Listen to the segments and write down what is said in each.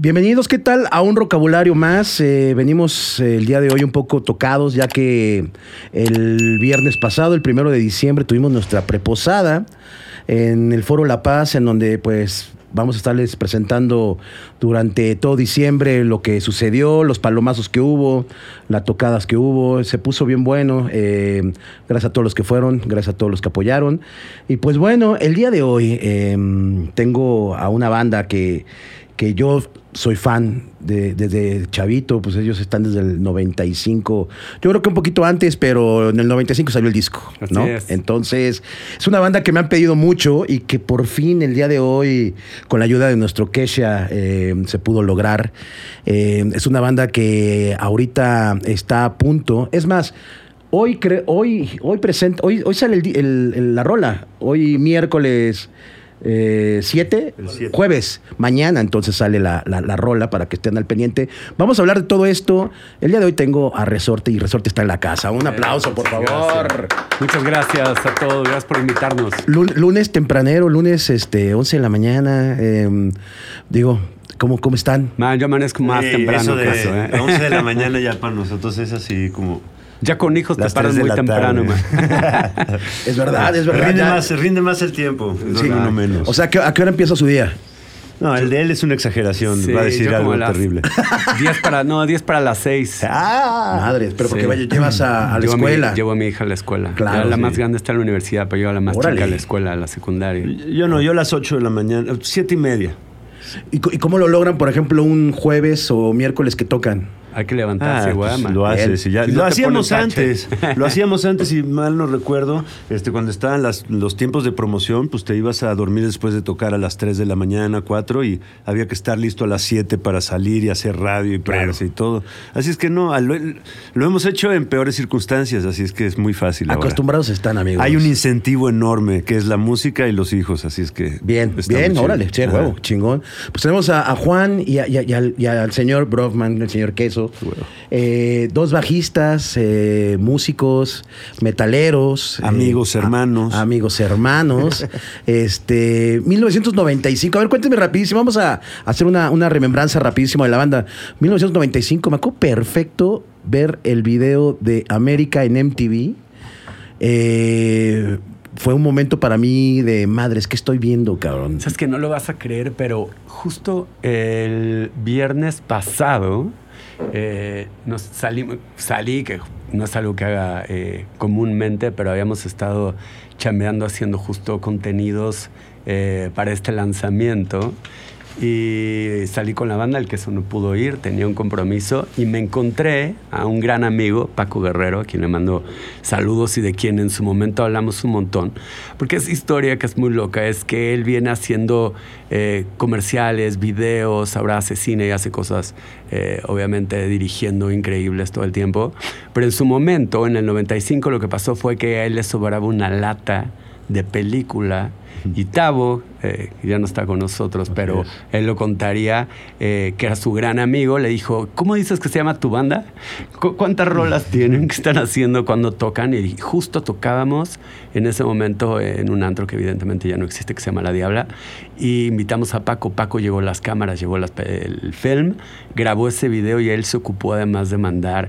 Bienvenidos, ¿qué tal? A un vocabulario más. Venimos el día de hoy un poco tocados, ya que el viernes pasado, el 1 de diciembre, tuvimos nuestra preposada en el Foro La Paz, en donde pues vamos a estarles presentando durante todo diciembre lo que sucedió, los palomazos que hubo, las tocadas que hubo. Se puso bien bueno. Gracias a todos los que fueron, gracias a todos los que apoyaron. Y pues bueno, el día de hoy tengo a una banda que yo soy fan desde chavito. Pues ellos están desde el 95. Yo creo que un poquito antes, pero en el 95 salió el disco, ¿no? Entonces, es una banda que me han pedido mucho y que por fin el día de hoy, con la ayuda de nuestro Kesha, se pudo lograr. Es una banda que ahorita está a punto. Es más, hoy sale la rola. Hoy miércoles 7, jueves, mañana entonces sale la rola para que estén al pendiente. Vamos a hablar de todo esto. El día de hoy tengo a Resorte y Resorte está en la casa. Un aplauso, por favor. Gracias. Muchas gracias a todos, gracias por invitarnos. Lunes tempranero, lunes 11 de la mañana. ¿Cómo están? Man, yo amanezco más temprano. 11 de la mañana ya para nosotros es así como... Ya con hijos te paras muy temprano, man. Es verdad. Rinde más el tiempo. Sí, uno menos. O sea, ¿a qué hora empieza su día? No, el de él es una exageración. Sí, va a decir algo terrible. 10 para las 6. Madre, pero porque llevas a la escuela. Llevo a mi hija a la escuela. Claro, la más grande está en la universidad, pero yo a la más chica a la escuela, a la secundaria. Yo a las 8 de la mañana, 7:30. ¿Y cómo lo logran, por ejemplo, un jueves o miércoles que tocan? Hay que levantarse, güey. Pues lo haces. Lo hacíamos antes. Lo hacíamos antes, y mal no recuerdo. Cuando estaban los tiempos de promoción, pues te ibas a dormir después de tocar a las 3 de la mañana, 4, y había que estar listo a las 7 para salir y hacer radio y prensa y todo. Así es que no, lo hemos hecho en peores circunstancias, así es que es muy fácil. Acostumbrados están, amigos. Hay un incentivo enorme, que es la música y los hijos, así es que... Bien, órale, huevo, chingón. Pues tenemos a Juan y al señor Brofman, el señor Queso. Dos bajistas, músicos, metaleros, amigos hermanos. 1995. A ver, cuéntenme rapidísimo. Vamos a hacer una remembranza rapidísima de la banda. 1995. Me acuerdo perfecto ver el video de América en MTV. Fue un momento para mí de madres, ¿qué estoy viendo, cabrón? Sabes que no lo vas a creer, pero justo el viernes pasado salí, que no es algo que haga comúnmente, pero habíamos estado chambeando haciendo justo contenidos para este lanzamiento, y salí con la banda. El Queso no pudo ir, tenía un compromiso, y me encontré a un gran amigo, Paco Guerrero, a quien le mando saludos y de quien en su momento hablamos un montón, porque esa historia que es muy loca es que él viene haciendo comerciales, videos, ahora hace cine y hace cosas, obviamente dirigiendo increíbles todo el tiempo, pero en su momento, en el 95, lo que pasó fue que a él le sobraba una lata de película, y Tavo, ya no está con nosotros, pero él lo contaría, que era su gran amigo, le dijo: ¿cómo dices que se llama tu banda? ¿Cuántas rolas tienen? ¿Qué están haciendo cuando tocan? Y justo tocábamos en ese momento en un antro que evidentemente ya no existe, que se llama La Diabla, y invitamos a Paco. Paco llevó las cámaras, llevó el film, grabó ese video, y él se ocupó además de mandar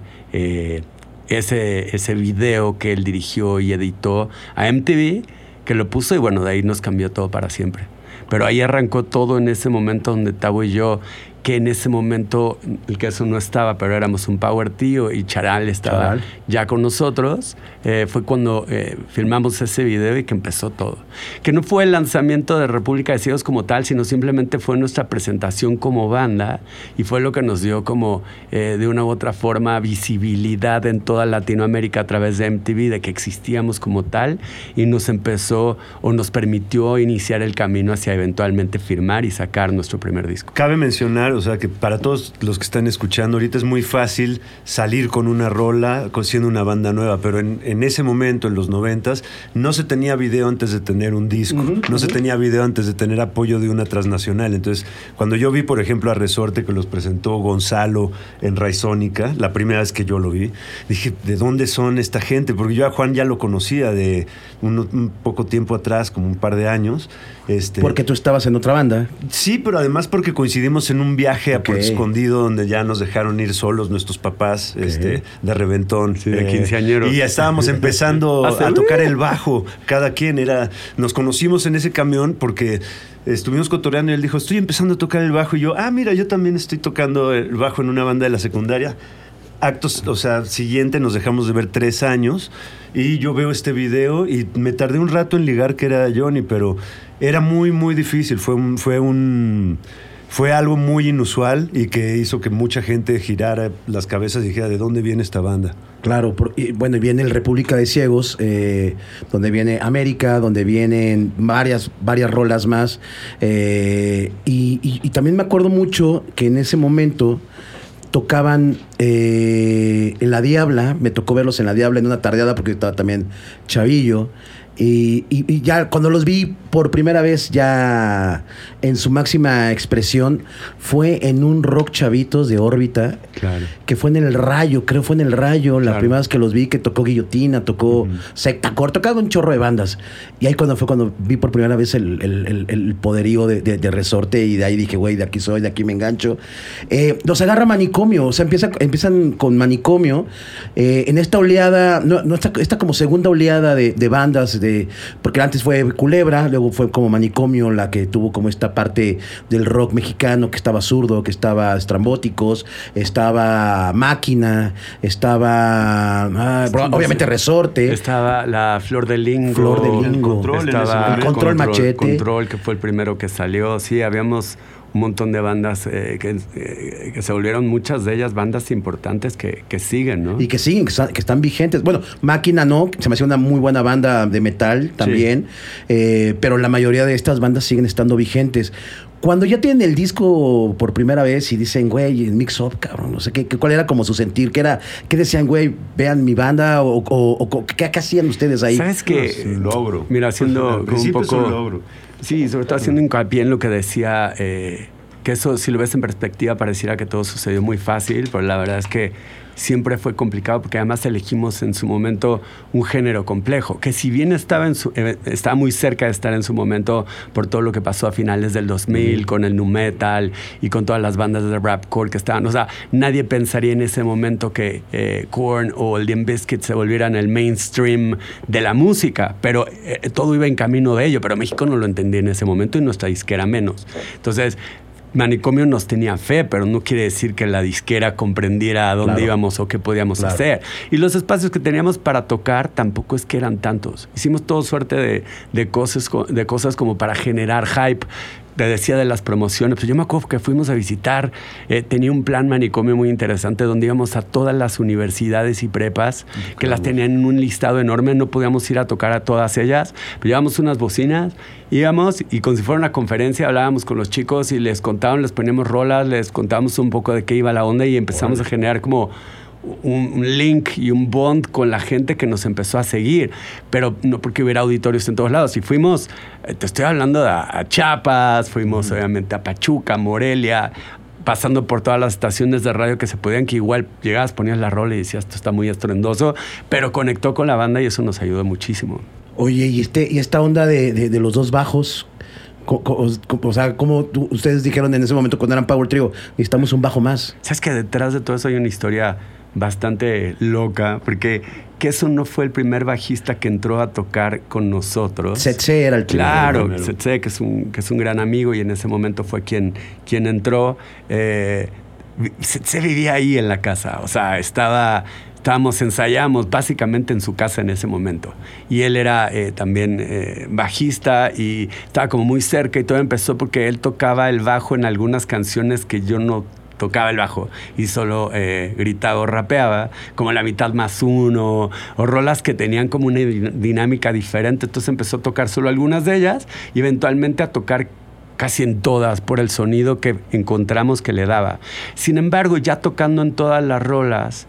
ese video que él dirigió y editó a MTV, que lo puso, y bueno, de ahí nos cambió todo para siempre. Pero ahí arrancó todo, en ese momento donde Tavo y yo, que en ese momento el Queso no estaba, pero éramos un power tío, y Charal estaba ya con nosotros. Fue cuando filmamos ese video y que empezó todo. Que no fue el lanzamiento de República de Ciegos como tal, sino simplemente fue nuestra presentación como banda, y fue lo que nos dio como de una u otra forma visibilidad en toda Latinoamérica a través de MTV, de que existíamos como tal, y nos empezó o nos permitió iniciar el camino hacia eventualmente firmar y sacar nuestro primer disco. Cabe mencionar, o sea, que para todos los que están escuchando ahorita es muy fácil salir con una rola siendo una banda nueva, pero en ese momento, en los 90s, no se tenía video antes de tener un disco, no se tenía video antes de tener apoyo de una transnacional. Entonces, cuando yo vi, por ejemplo, a Resorte, que los presentó Gonzalo en Raizónica, la primera vez que yo lo vi, dije, ¿de dónde son esta gente? Porque yo a Juan ya lo conocía de un poco tiempo atrás, como un par de años. porque tú estabas en otra banda. Sí, pero además porque coincidimos en un viaje a Puerto Ok. Escondido donde ya nos dejaron ir solos nuestros papás, de reventón. Sí, de quinceañeros. Y ya estábamos empezando a tocar el bajo. Cada quien nos conocimos en ese camión porque estuvimos cotorreando y él dijo, estoy empezando a tocar el bajo. Y yo, mira, yo también estoy tocando el bajo en una banda de la secundaria. Actos, o sea, siguiente, nos dejamos de ver 3 años y yo veo este video y me tardé un rato en ligar que era Johnny, pero era muy, muy difícil. Fue algo muy inusual y que hizo que mucha gente girara las cabezas y dijera, ¿de dónde viene esta banda? Claro, y viene el República de Ciegos, donde viene América, donde vienen varias rolas más. Y también me acuerdo mucho que en ese momento tocaban en La Diabla, me tocó verlos en La Diabla en una tardeada porque yo estaba también chavillo. Y ya cuando los vi por primera vez ya en su máxima expresión fue en un Rock Chavitos de Órbita, Claro. que fue en el Rayo, creo fue en el Rayo, la Claro. primera vez que los vi, que tocó Guillotina, tocó Sectacore, tocaba un chorro de bandas. Y ahí cuando vi por primera vez el poderío de Resorte, y de ahí dije, güey, de aquí soy, de aquí me engancho. Los agarra Manicomio, o sea, empiezan con Manicomio. En esta oleada, esta como segunda oleada de bandas, porque antes fue Culebra, luego fue como Manicomio la que tuvo como esta parte del rock mexicano, que estaba Zurdo, que estaba Estrambóticos, estaba Máquina, estaba obviamente Resorte. Estaba la Flor de Lingo. Flor de Lingo. Control, Estaba Control Machete. Control, que fue el primero que salió. Sí, habíamos un montón de bandas que se volvieron, muchas de ellas bandas importantes que siguen, ¿no? Y que siguen, que están vigentes. Bueno, Máquina no, se me hacía una muy buena banda de metal también, pero la mayoría de estas bandas siguen estando vigentes. Cuando ya tienen el disco por primera vez y dicen, güey, el mix up, cabrón, no sé cuál era como su sentir, qué decían, güey, vean mi banda, o qué hacían ustedes ahí. ¿Sabes qué? Es un logro. Mira, haciendo Al como un principio es poco... un logro. Sí, sobre todo haciendo hincapié en lo que decía, que eso, si lo ves en perspectiva, pareciera que todo sucedió muy fácil, pero la verdad es que siempre fue complicado porque además elegimos en su momento un género complejo, que si bien estaba muy cerca de estar en su momento por todo lo que pasó a finales del 2000 con el nu metal y con todas las bandas de rapcore que estaban, o sea, nadie pensaría en ese momento que Korn o el Limp Bizkit se volvieran el mainstream de la música, pero todo iba en camino de ello, pero México no lo entendía en ese momento y nuestra disquera menos. Entonces, Manicomio nos tenía fe, pero no quiere decir que la disquera comprendiera a dónde íbamos o qué podíamos hacer. Y los espacios que teníamos para tocar tampoco es que eran tantos. Hicimos toda suerte de cosas como para generar hype. Te decía de las promociones, pues yo me acuerdo que fuimos a visitar, tenía un plan Manicomio muy interesante donde íbamos a todas las universidades y prepas, que las tenían en un listado enorme, no podíamos ir a tocar a todas ellas, pero llevábamos unas bocinas, íbamos y como si fuera una conferencia hablábamos con los chicos y les contábamos, les poníamos rolas, les contábamos un poco de qué iba la onda y empezamos a generar como un link y un bond con la gente que nos empezó a seguir, pero no porque hubiera auditorios en todos lados. Y fuimos, te estoy hablando a Chiapas, fuimos obviamente a Pachuca, Morelia, pasando por todas las estaciones de radio que se podían, que igual llegabas, ponías la rola y decías, esto está muy estruendoso, pero conectó con la banda y eso nos ayudó muchísimo. Oye, y esta onda de los dos bajos, o sea, como ustedes dijeron en ese momento cuando eran Power Trio, necesitamos un bajo más. ¿Sabes que detrás de todo eso hay una historia bastante loca? Porque que eso no fue el primer bajista que entró a tocar con nosotros. Setse era el primero. Claro, Setse, que es un gran amigo y en ese momento fue quien entró. Setse vivía ahí en la casa, o sea, ensayábamos básicamente en su casa en ese momento. Y él era también bajista y estaba como muy cerca y todo empezó porque él tocaba el bajo en algunas canciones que yo no tocaba el bajo y solo gritaba o rapeaba, como La Mitad Más Uno, o rolas que tenían como una dinámica diferente. Entonces empezó a tocar solo algunas de ellas y eventualmente a tocar casi en todas por el sonido que encontramos que le daba. Sin embargo, ya tocando en todas las rolas,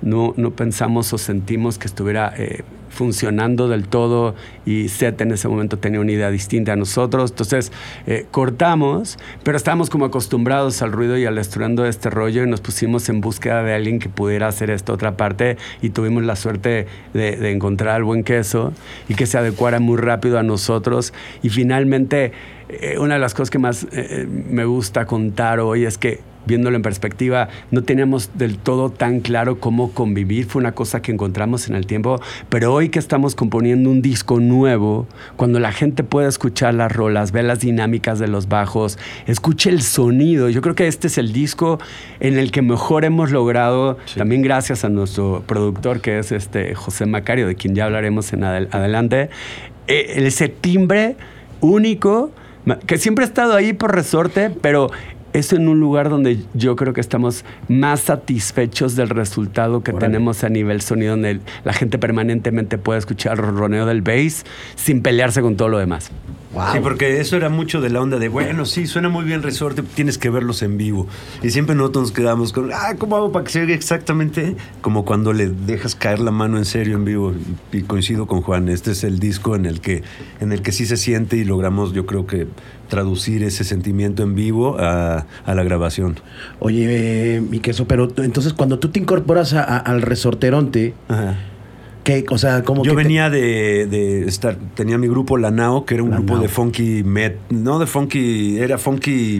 no pensamos o sentimos que estuviera funcionando del todo, y Seth en ese momento tenía una idea distinta a nosotros. Entonces cortamos, pero estábamos como acostumbrados al ruido y al estruendo de este rollo, y nos pusimos en búsqueda de alguien que pudiera hacer esta otra parte, y tuvimos la suerte de encontrar al Buen Queso y que se adecuara muy rápido a nosotros. Y finalmente una de las cosas que más me gusta contar hoy es que, viéndolo en perspectiva, no teníamos del todo tan claro cómo convivir. Fue una cosa que encontramos en el tiempo, pero hoy que estamos componiendo un disco nuevo, cuando la gente puede escuchar las rolas, ver las dinámicas de los bajos, escuche el sonido, yo creo que este es el disco en el que mejor hemos logrado, también gracias a nuestro productor, que es José Macario, de quien ya hablaremos en adelante, ese timbre único que siempre ha estado ahí por Resorte, pero eso en un lugar donde yo creo que estamos más satisfechos del resultado que tenemos a nivel sonido, donde la gente permanentemente puede escuchar el ronroneo del bass sin pelearse con todo lo demás. Wow. Sí, porque eso era mucho de la onda de, bueno, sí, suena muy bien Resorte, tienes que verlos en vivo. Y siempre nosotros nos quedamos con, ¿cómo hago para que se oiga exactamente como cuando le dejas caer la mano en serio en vivo? Y coincido con Juan, este es el disco en el que sí se siente, y logramos, yo creo que, traducir ese sentimiento en vivo a la grabación. Oye, mi Queso, pero entonces cuando tú te incorporas al Resorteronte, ajá, ¿qué? O sea, ¿cómo? Yo venía de estar, tenía mi grupo La Nao, que era un grupo de funky no de funky, era funky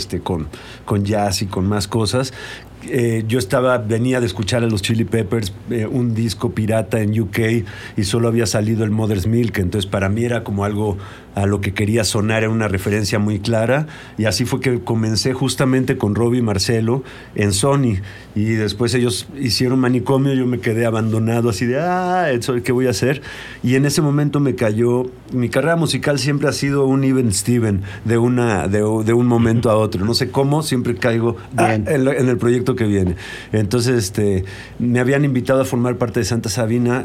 con jazz y con más cosas. Yo venía de escuchar a los Chili Peppers, un disco pirata en UK, y solo había salido el Mother's Milk, entonces para mí era como algo a lo que quería sonar, era una referencia muy clara, y así fue que comencé justamente con Robbie y Marcelo en Sony, y después ellos hicieron Manicomio, yo me quedé abandonado así de, ¿qué voy a hacer? Y en ese momento me cayó, mi carrera musical siempre ha sido un even Steven, de un momento a otro, no sé cómo, siempre caigo en el proyecto que viene. Entonces me habían invitado a formar parte de Santa Sabina,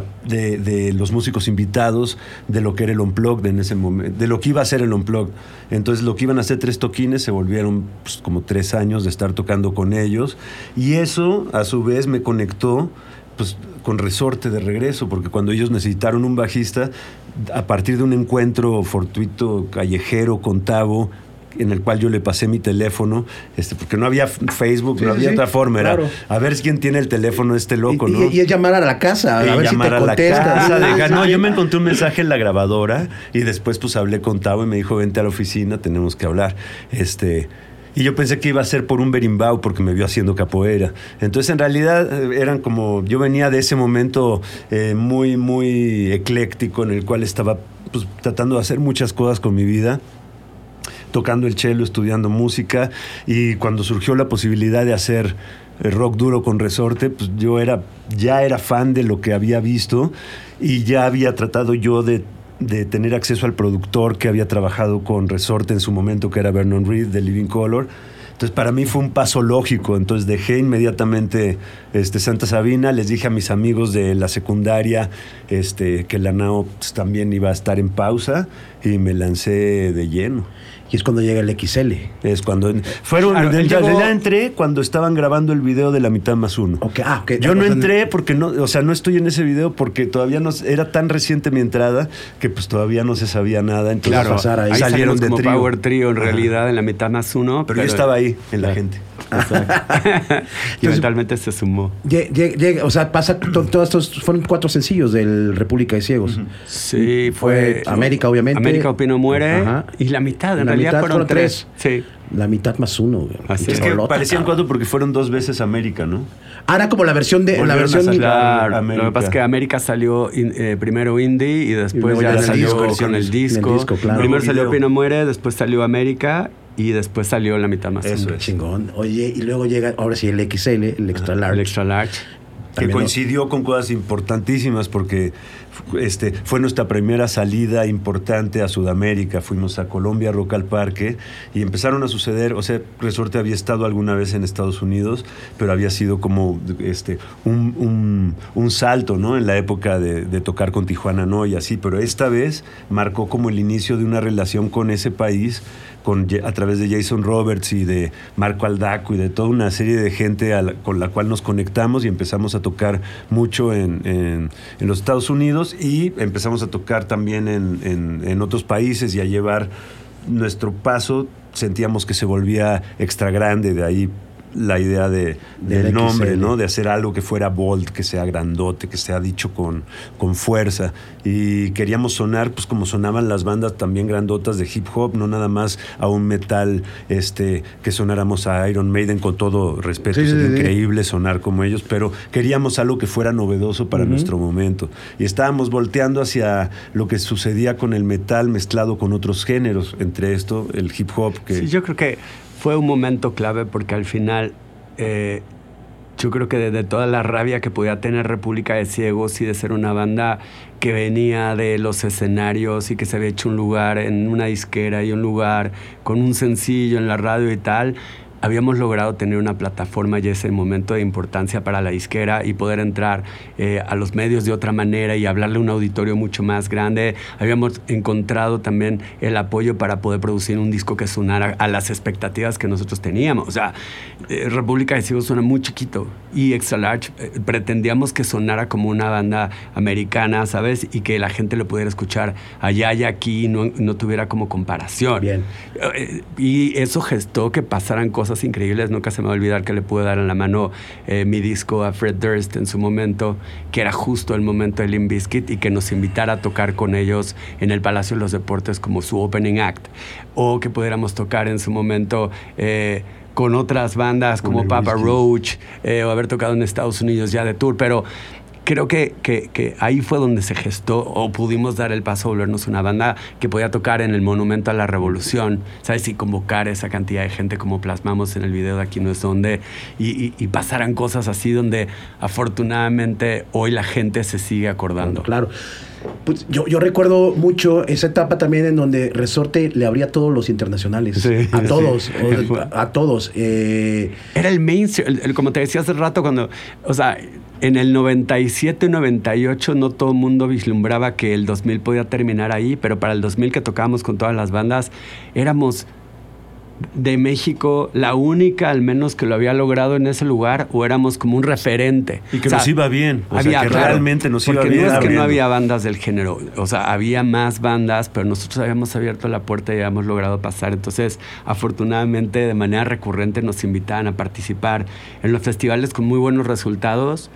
de los músicos invitados, de lo que era el Unplugged en ese momento, de lo que iba a ser el Unplugged. Entonces lo que iban a ser 3 toquines se volvieron como 3 años de estar tocando con ellos, y eso a su vez me conectó con Resorte de regreso, porque cuando ellos necesitaron un bajista, a partir de un encuentro fortuito callejero con Tavo, en el cual yo le pasé mi teléfono, porque no había Facebook, no había otra forma, era a ver quién tiene el teléfono de este loco, ¿no? Y es llamar a la casa, a ver si te contesta. No, yo me encontré un mensaje en la grabadora, y después hablé con Tavo y me dijo, vente a la oficina, tenemos que hablar. Y yo pensé que iba a ser por un berimbau, porque me vio haciendo capoeira. Entonces, en realidad, eran como... Yo venía de ese momento muy, muy ecléctico, en el cual estaba tratando de hacer muchas cosas con mi vida, tocando el cello, estudiando música, y cuando surgió la posibilidad de hacer rock duro con Resorte, yo ya era fan de lo que había visto, y ya había tratado yo de tener acceso al productor que había trabajado con Resorte en su momento, que era Vernon Reid de Living Colour. Entonces para mí fue un paso lógico. Entonces dejé inmediatamente Santa Sabina, les dije a mis amigos de la secundaria que La Nao también iba a estar en pausa, y me lancé de lleno. Y es cuando llega el XL. Es cuando... Ya entré cuando estaban grabando el video de La Mitad Más Uno. Okay. Yo no entré porque no estoy en ese video porque todavía no... Era tan reciente mi entrada que todavía no se sabía nada. Entonces ahí salieron de como trío. Power Trio en realidad, en La Mitad Más Uno. Pero yo estaba ahí, en la gente. Y eventualmente se sumó. Pasa todos estos... Fueron 4 sencillos del República de Ciegos. Sí, fue... América, obviamente. América Opino Muere. Y La Mitad, en realidad fueron 3. Sí. La Mitad Más Uno. Así es que parecían 4 porque fueron 2 veces América, ¿no? Era como la versión de... Claro, lo que pasa es que América salió primero indie, y después ya salió con el disco. Claro. Primero salió Opino Muere, después salió América, y después salió La Mitad Más Uno. Eso es chingón. Oye, y luego llega, ahora sí, el XL, el Extra Large. El Extra Large. Que coincidió con cosas importantísimas, porque fue nuestra primera salida importante a Sudamérica. Fuimos a Colombia, Rock al Parque, y empezaron a suceder, Resorte había estado alguna vez en Estados Unidos, pero había sido como un salto, ¿no? En la época de tocar con Tijuana, ¿no? Y así, pero esta vez marcó como el inicio de una relación con ese país, a través de Jason Roberts y de Marco Aldaco y de toda una serie de gente con la cual nos conectamos y empezamos a tocar mucho en los Estados Unidos y empezamos a tocar también en otros países y a llevar nuestro paso. Sentíamos que se volvía extra grande, de ahí la idea del nombre, XL, ¿no? De hacer algo que fuera bold, que sea grandote, que sea dicho con fuerza. Y queríamos sonar pues como sonaban las bandas también grandotas de hip hop, no nada más a un metal que sonáramos a Iron Maiden, con todo respeto. Sí, Sería sí, increíble sonar como ellos, pero queríamos algo que fuera novedoso para nuestro momento. Y estábamos volteando hacia lo que sucedía con el metal mezclado con otros géneros, entre esto el hip hop. Sí, yo creo que fue un momento clave porque al final yo creo que de toda la rabia que podía tener República de Ciegos y de ser una banda que venía de los escenarios y que se había hecho un lugar en una disquera y un lugar con un sencillo en la radio y tal, habíamos logrado tener una plataforma y ese momento de importancia para la disquera y poder entrar a los medios de otra manera y hablarle a un auditorio mucho más grande. Habíamos encontrado también el apoyo para poder producir un disco que sonara a las expectativas que nosotros teníamos. O sea, República de Ciegos suena muy chiquito y Extra Large pretendíamos que sonara como una banda americana, ¿sabes? Y que la gente lo pudiera escuchar allá y aquí y no tuviera como comparación. Bien. Y eso gestó que pasaran cosas increíbles. Nunca se me va a olvidar que le pude dar en la mano mi disco a Fred Durst en su momento, que era justo el momento de Limp Bizkit, y que nos invitara a tocar con ellos en el Palacio de los Deportes como su opening act, o que pudiéramos tocar en su momento con otras bandas como Papa Roach, o haber tocado en Estados Unidos ya de tour, pero creo que ahí fue donde se gestó o pudimos dar el paso a volvernos una banda que podía tocar en el Monumento a la Revolución, ¿sabes? Y convocar esa cantidad de gente como plasmamos en el video de Aquí No Es Donde, y pasaran cosas así donde afortunadamente hoy la gente se sigue acordando. Claro. Pues yo recuerdo mucho esa etapa también en donde Resorte le abría a todos los internacionales. Sí, a todos. sí. A todos. Era el mainstream, como te decía hace rato, cuando, o sea, en el 97, 98 no todo el mundo vislumbraba que el 2000 podía terminar ahí, pero para el 2000 que tocábamos con todas las bandas, éramos de México la única al menos que lo había logrado en ese lugar, o éramos como un referente. Y que nos iba bien, que realmente nos iba bien. Porque no es que no había bandas del género, o sea, había más bandas, pero nosotros habíamos abierto la puerta y habíamos logrado pasar. Entonces, afortunadamente, de manera recurrente nos invitaban a participar en los festivales con muy buenos resultados.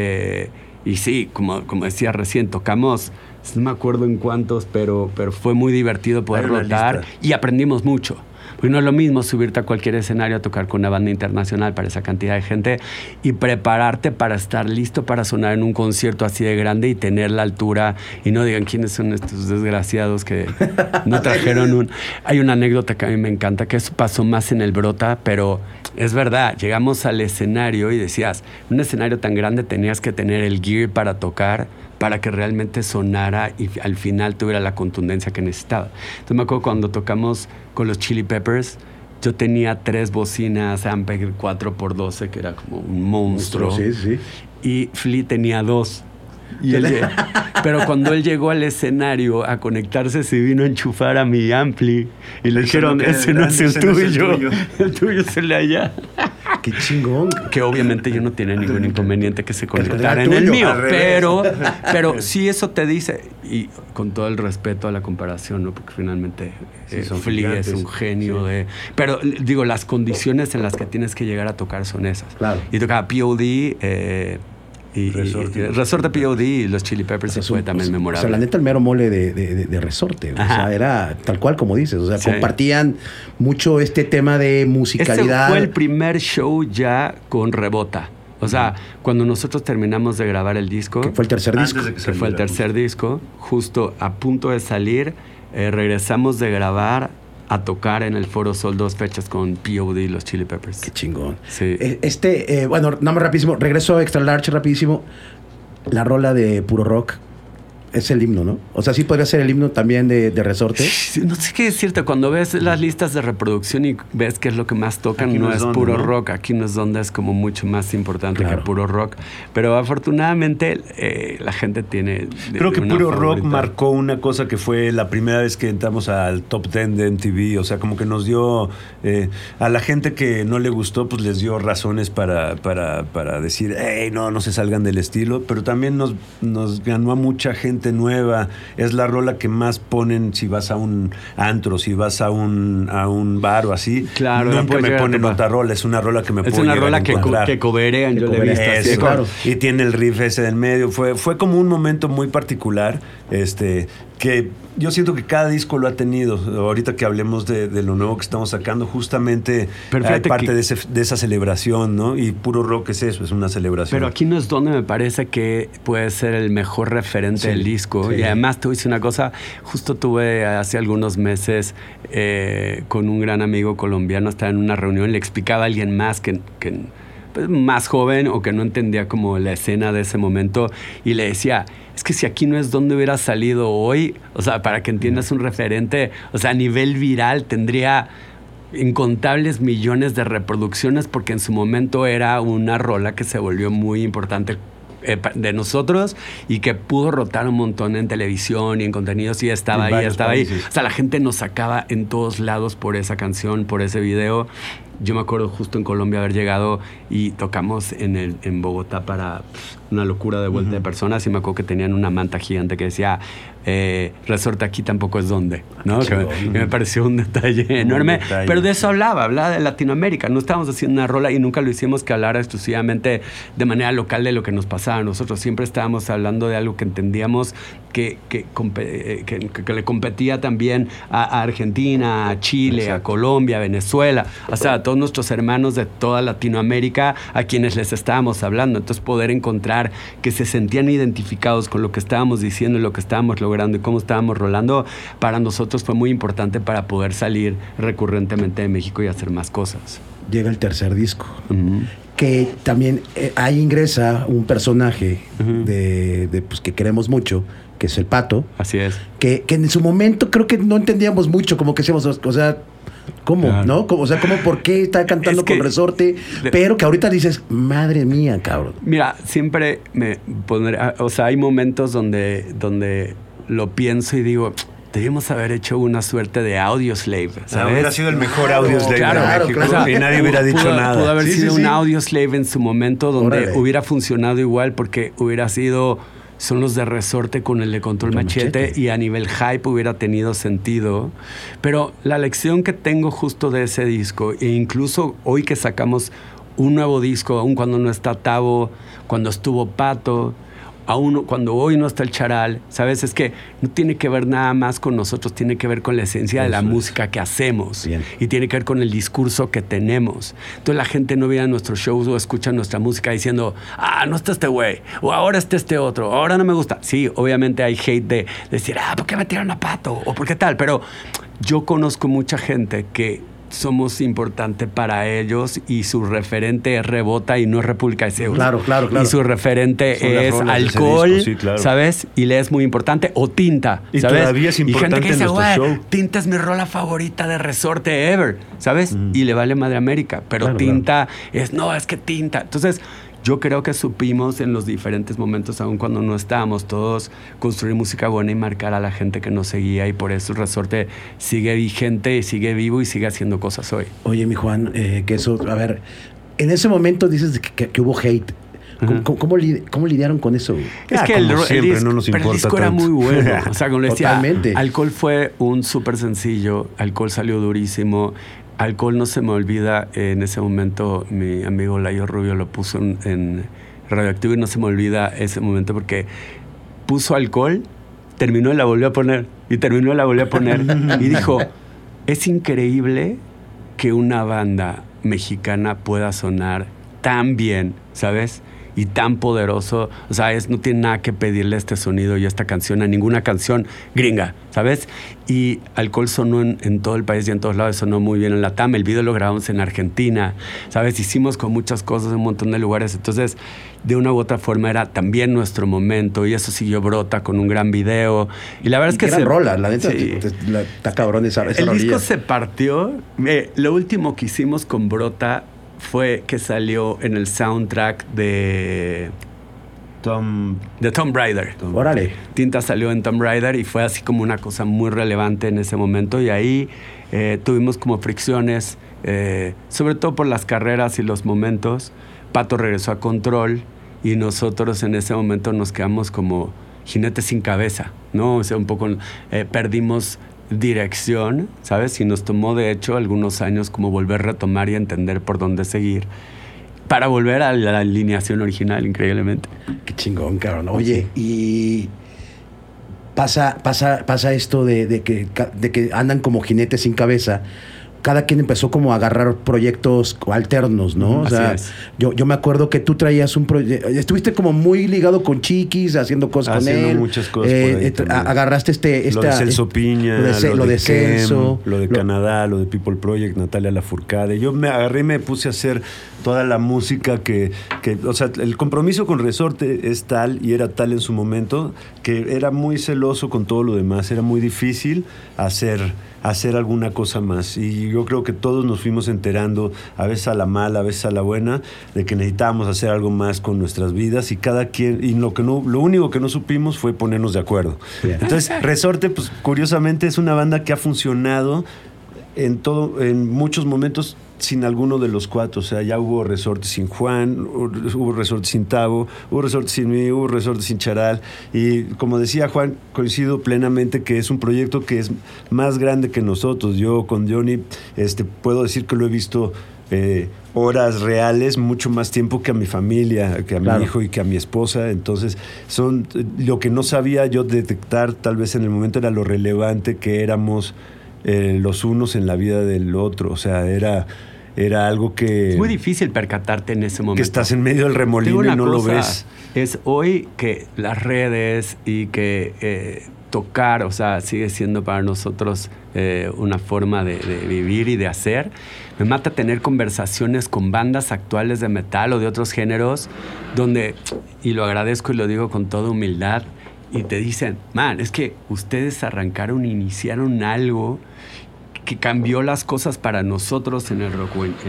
Y sí, como decía recién, tocamos, no me acuerdo en cuántos, pero fue muy divertido poder rotar y aprendimos mucho. Porque no es lo mismo subirte a cualquier escenario a tocar con una banda internacional para esa cantidad de gente y prepararte para estar listo para sonar en un concierto así de grande y tener la altura, y no digan quiénes son estos desgraciados que no trajeron un... Hay una anécdota que a mí me encanta, que eso pasó más en el Brota, pero es verdad. Llegamos al escenario y decías, un escenario tan grande tenías que tener el gear para tocar, para que realmente sonara y al final tuviera la contundencia que necesitaba. Entonces me acuerdo cuando tocamos con los Chili Peppers, yo tenía 3 bocinas Ampeg 4x12, que era como un monstruo. Sí, sí. Y Flea tenía 2. Pero cuando él llegó al escenario a conectarse, se vino a enchufar a mi ampli y le dijeron, ese no es el tuyo, el tuyo es el de allá. Qué chingón. Que obviamente yo no tenía ningún inconveniente que se conectara en el mío, pero sí, eso te dice, y con todo el respeto a la comparación, ¿no? Porque finalmente Flea es un genio. Sí. Pero digo, las condiciones en las que tienes que llegar a tocar son esas. Claro. Y tocaba POD, Resorte POD y los Chili Peppers, o sea, fue también memorable. O sea, la neta, el mero mole de Resorte. O sea, era tal cual como dices. O sea, sí, compartían mucho este tema de musicalidad. Ese fue el primer show ya con Rebota. O sea, cuando nosotros terminamos de grabar el disco... Que fue el tercer disco. Que fue el tercer disco, justo a punto de salir, regresamos de grabar a tocar en el Foro Sol 2 fechas con POD y los Chili Peppers. Qué chingón. Sí. Bueno, nada más rapidísimo. Regreso a Extra Large rapidísimo. La rola de Puro Rock. es el himno, ¿no? O sea, sí podría ser el himno también de Resorte. No sé qué decirte, cuando ves las listas de reproducción y ves qué es lo que más tocan, Aquí no es donde, puro ¿no? rock, aquí no es donde es como mucho más importante Claro. que puro rock, pero afortunadamente la gente tiene... Creo que una Puro Rock favorita. marcó una cosa que fue la primera vez que entramos al top 10 de MTV, o sea, como que nos dio, a la gente que no le gustó, pues les dio razones para decir, hey, no se salgan del estilo, pero también nos ganó a mucha gente nueva. Es la rola que más ponen si vas a un antro, si vas a un bar o así. Claro, la nunca puedes me llegar a ponen topar. otra rola, es una rola que me Es puedo una llegar rola a encontrar. que coverean, yo le he visto. así, Sí, claro. Y tiene el riff ese del medio. Fue como un momento muy particular, que yo siento que cada disco lo ha tenido. Ahorita que hablemos de lo nuevo que estamos sacando, justamente Pero hay fíjate parte que- de esa celebración, ¿no? Y Puro Rock es eso, es una celebración. Pero aquí no es donde me parece que puede ser el mejor referente Sí, del disco. sí. Y además te voy a decir una cosa, justo tuve hace algunos meses con un gran amigo colombiano, estaba en una reunión, le explicaba a alguien más que pues, más joven o que no entendía como la escena de ese momento y le decía, es que si aquí no es donde hubiera salido hoy, o sea, para que entiendas un referente, o sea, a nivel viral tendría incontables millones de reproducciones porque en su momento era una rola que se volvió muy importante de nosotros y que pudo rotar un montón en televisión y en contenidos y estaba En ahí, varios estaba ahí. países. O sea, la gente nos sacaba en todos lados por esa canción, por ese video. Yo me acuerdo justo en Colombia haber llegado y tocamos en Bogotá para una locura de vuelta de personas y me acuerdo que tenían una manta gigante que decía Resorte aquí tampoco es donde, ¿no? Que me pareció un detalle enorme. detalle. Pero de eso hablaba de Latinoamérica. No estábamos haciendo una rola y nunca lo hicimos que hablara exclusivamente de manera local de lo que nos pasaba. Nosotros siempre estábamos hablando de algo que entendíamos que le competía también a Argentina, a Chile, a Colombia, a Venezuela, o sea, a todos nuestros hermanos de toda Latinoamérica a quienes les estábamos hablando. Entonces poder encontrar que se sentían identificados con lo que estábamos diciendo y lo que estábamos logrando y cómo estábamos rolando, para nosotros fue muy importante para poder salir recurrentemente de México y hacer más cosas. Llega el tercer disco. Uh-huh. Que también ahí ingresa un personaje Ujú. pues, que queremos mucho, que es el Pato, Así es. que en su momento creo que no entendíamos mucho, como que decíamos, o sea, ¿cómo? Claro. ¿No? O sea, ¿cómo? ¿Por qué está cantando Es que- con Resorte? Pero que ahorita dices, madre mía, cabrón. Mira, siempre me pondré, o sea, hay momentos donde lo pienso y digo, debimos haber hecho una suerte de Audioslave, ¿sabes? Hubiera sido el mejor Audioslave claro, de México, claro. y nadie hubiera dicho nada. Pudo haber Sí, sido sí, un sí. Audioslave en su momento donde Órale. hubiera funcionado igual porque hubiera sido... Son los de Resorte con el de Control Machete y a nivel hype hubiera tenido sentido. Pero la lección que tengo justo de ese disco, e incluso hoy que sacamos un nuevo disco, aun cuando no está Tavo, cuando estuvo Pato, aún cuando hoy no está el Charal, ¿sabes? Es que no tiene que ver nada más con nosotros, tiene que ver con la esencia de la Eso es. música que hacemos. Bien. Y tiene que ver con el discurso que tenemos. Entonces la gente no viene a nuestros shows o escucha nuestra música diciendo, no está este güey, o ahora está este otro, ahora no me gusta. Sí, obviamente hay hate de decir, ¿por qué me tiraron a Pato? O ¿por qué tal? Pero yo conozco mucha gente que somos importante para ellos y su referente es Rebota y no es República de Zeus. Claro. Y su referente Son las es rolas de ese Alcohol, disco, sí, claro. ¿sabes? Y le es muy importante. O Tinta, Y ¿sabes? todavía es importante y gente que en dice, nuestro güey, show. Tinta es mi rola favorita de Resorte ever, ¿sabes? Y le vale madre América. Pero Claro, Tinta es que Tinta. Entonces, yo creo que supimos en los diferentes momentos, aun cuando no estábamos todos, construir música buena y marcar a la gente que nos seguía. Y por eso Resorte sigue vigente, sigue vivo y sigue haciendo cosas hoy. Oye, mi Juan, que eso, a ver, en ese momento dices que hubo hate. ¿Cómo lidiaron con eso? Güey? Es que como siempre, disco, no nos pero el importa disco era tanto. muy bueno. O sea, como le decía, Totalmente. Alcohol fue un súper sencillo. Alcohol salió durísimo. Alcohol no se me olvida. En ese momento, mi amigo Layo Rubio lo puso en Radioactivo y no se me olvida ese momento porque puso Alcohol, terminó y la volvió a poner. Y terminó y la volvió a poner. Y dijo, es increíble que una banda mexicana pueda sonar tan bien, ¿sabes? y tan poderoso. O sea, no tiene nada que pedirle este sonido y esta canción a ninguna canción gringa, ¿sabes? Y Alcohol sonó en todo el país y en todos lados, sonó muy bien en Latam. El video lo grabamos en Argentina, ¿sabes? Hicimos con muchas cosas en un montón de lugares. Entonces, de una u otra forma era también nuestro momento, y eso siguió Brota con un gran video. Y la verdad es que gran rola, la neta, sí. Está cabrón esa El rolilla. disco se partió. Lo último que hicimos con Brota fue que salió en el soundtrack de Tomb Raider. Órale. Tinta salió en Tomb Raider y fue así como una cosa muy relevante en ese momento, y ahí tuvimos como fricciones, sobre todo por las carreras y los momentos. Pato regresó a Control y nosotros en ese momento nos quedamos como jinetes sin cabeza, ¿no? O sea, un poco perdimos dirección, ¿sabes? Y nos tomó, de hecho, algunos años como volver a retomar y entender por dónde seguir para volver a la alineación original, increíblemente. Qué chingón, cabrón. Oye, y pasa esto de que andan como jinetes sin cabeza. Cada quien empezó como a agarrar proyectos alternos, ¿no? O sea, Así es. yo me acuerdo que tú traías un proyecto, estuviste como muy ligado con Chiquis, haciendo cosas con él. Muchas cosas por ahí también. Agarraste lo de Celso Piña, lo de Celso, lo de Canadá, lo de People Project, Natalia Lafourcade. Yo me agarré y me puse a hacer toda la música que o sea, el compromiso con Resorte es tal, y era tal en su momento, que era muy celoso con todo lo demás. Era muy difícil hacer alguna cosa más, y yo creo que todos nos fuimos enterando, a veces a la mala, a veces a la buena, de que necesitábamos hacer algo más con nuestras vidas, y cada quien, y lo único que no supimos fue ponernos de acuerdo. Bien. Entonces Resorte, pues curiosamente es una banda que ha funcionado en muchos momentos sin alguno de los cuatro. O sea, ya hubo Resorte sin Juan, hubo Resorte sin Tavo, hubo Resorte sin mí, hubo Resorte sin Charal. Y como decía Juan, coincido plenamente que es un proyecto que es más grande que nosotros. Yo con Johnny puedo decir que lo he visto horas reales, mucho más tiempo que a mi familia, que a mi hijo y que a mi esposa. Entonces, lo que no sabía yo detectar tal vez en el momento era lo relevante que éramos los unos en la vida del otro. O sea, era algo que... Es muy difícil percatarte en ese momento. Que estás en medio del remolino y no lo ves. Es hoy que las redes y que tocar, o sea, sigue siendo para nosotros una forma de vivir y de hacer. Me mata tener conversaciones con bandas actuales de metal o de otros géneros donde, y lo agradezco y lo digo con toda humildad, y te dicen, man, es que ustedes arrancaron, iniciaron algo que cambió las cosas para nosotros en el rock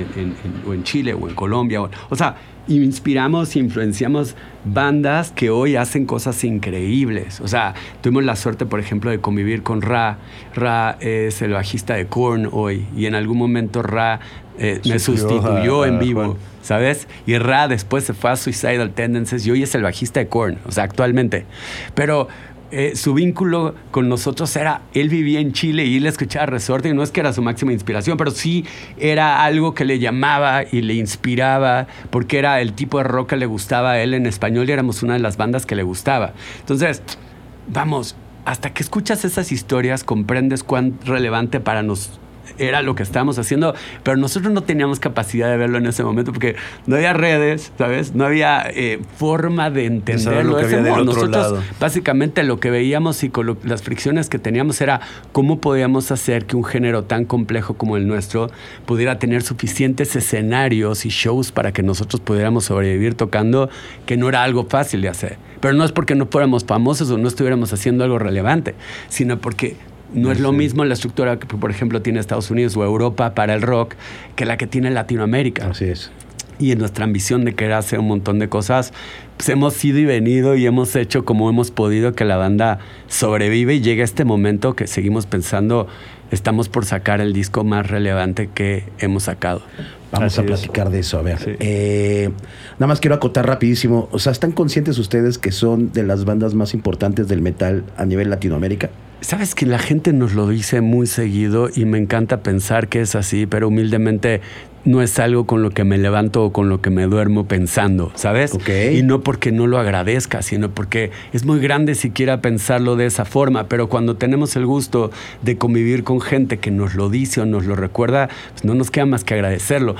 o en Chile o en Colombia. O sea, inspiramos, influenciamos bandas que hoy hacen cosas increíbles. O sea, tuvimos la suerte, por ejemplo, de convivir con Ra. Ra es el bajista de Korn hoy, y en algún momento Ra me sustituyó en vivo, ¿sabes? Y Ra después se fue a Suicidal Tendencies y hoy es el bajista de Korn, o sea, actualmente. Pero su vínculo con nosotros era, él vivía en Chile y él escuchaba Resorte, y no es que era su máxima inspiración, pero sí era algo que le llamaba y le inspiraba, porque era el tipo de rock que le gustaba a él en español, y éramos una de las bandas que le gustaba. Entonces, vamos, hasta que escuchas esas historias comprendes cuán relevante para nosotros era lo que estábamos haciendo, pero nosotros no teníamos capacidad de verlo en ese momento porque no había redes, ¿sabes? No había forma de entenderlo. Lo que había del otro lado. Básicamente lo que veíamos y con las fricciones que teníamos era cómo podíamos hacer que un género tan complejo como el nuestro pudiera tener suficientes escenarios y shows para que nosotros pudiéramos sobrevivir tocando, que no era algo fácil de hacer. Pero no es porque no fuéramos famosos o no estuviéramos haciendo algo relevante, sino porque no es lo mismo la estructura que, por ejemplo, tiene Estados Unidos o Europa para el rock que la que tiene Latinoamérica. Así es. Y en nuestra ambición de querer hacer un montón de cosas, pues hemos ido y venido y hemos hecho como hemos podido que la banda sobrevive y llegue a este momento que seguimos pensando, estamos por sacar el disco más relevante que hemos sacado. Vamos a platicar de eso, a ver. Sí. Nada más quiero acotar rapidísimo. O sea, ¿están conscientes ustedes que son de las bandas más importantes del metal a nivel Latinoamérica? Sabes que la gente nos lo dice muy seguido y me encanta pensar que es así, pero humildemente no es algo con lo que me levanto o con lo que me duermo pensando, ¿sabes? Okay. Y no porque no lo agradezca, sino porque es muy grande siquiera pensarlo de esa forma, pero cuando tenemos el gusto de convivir con gente que nos lo dice o nos lo recuerda, pues no nos queda más que agradecerlo.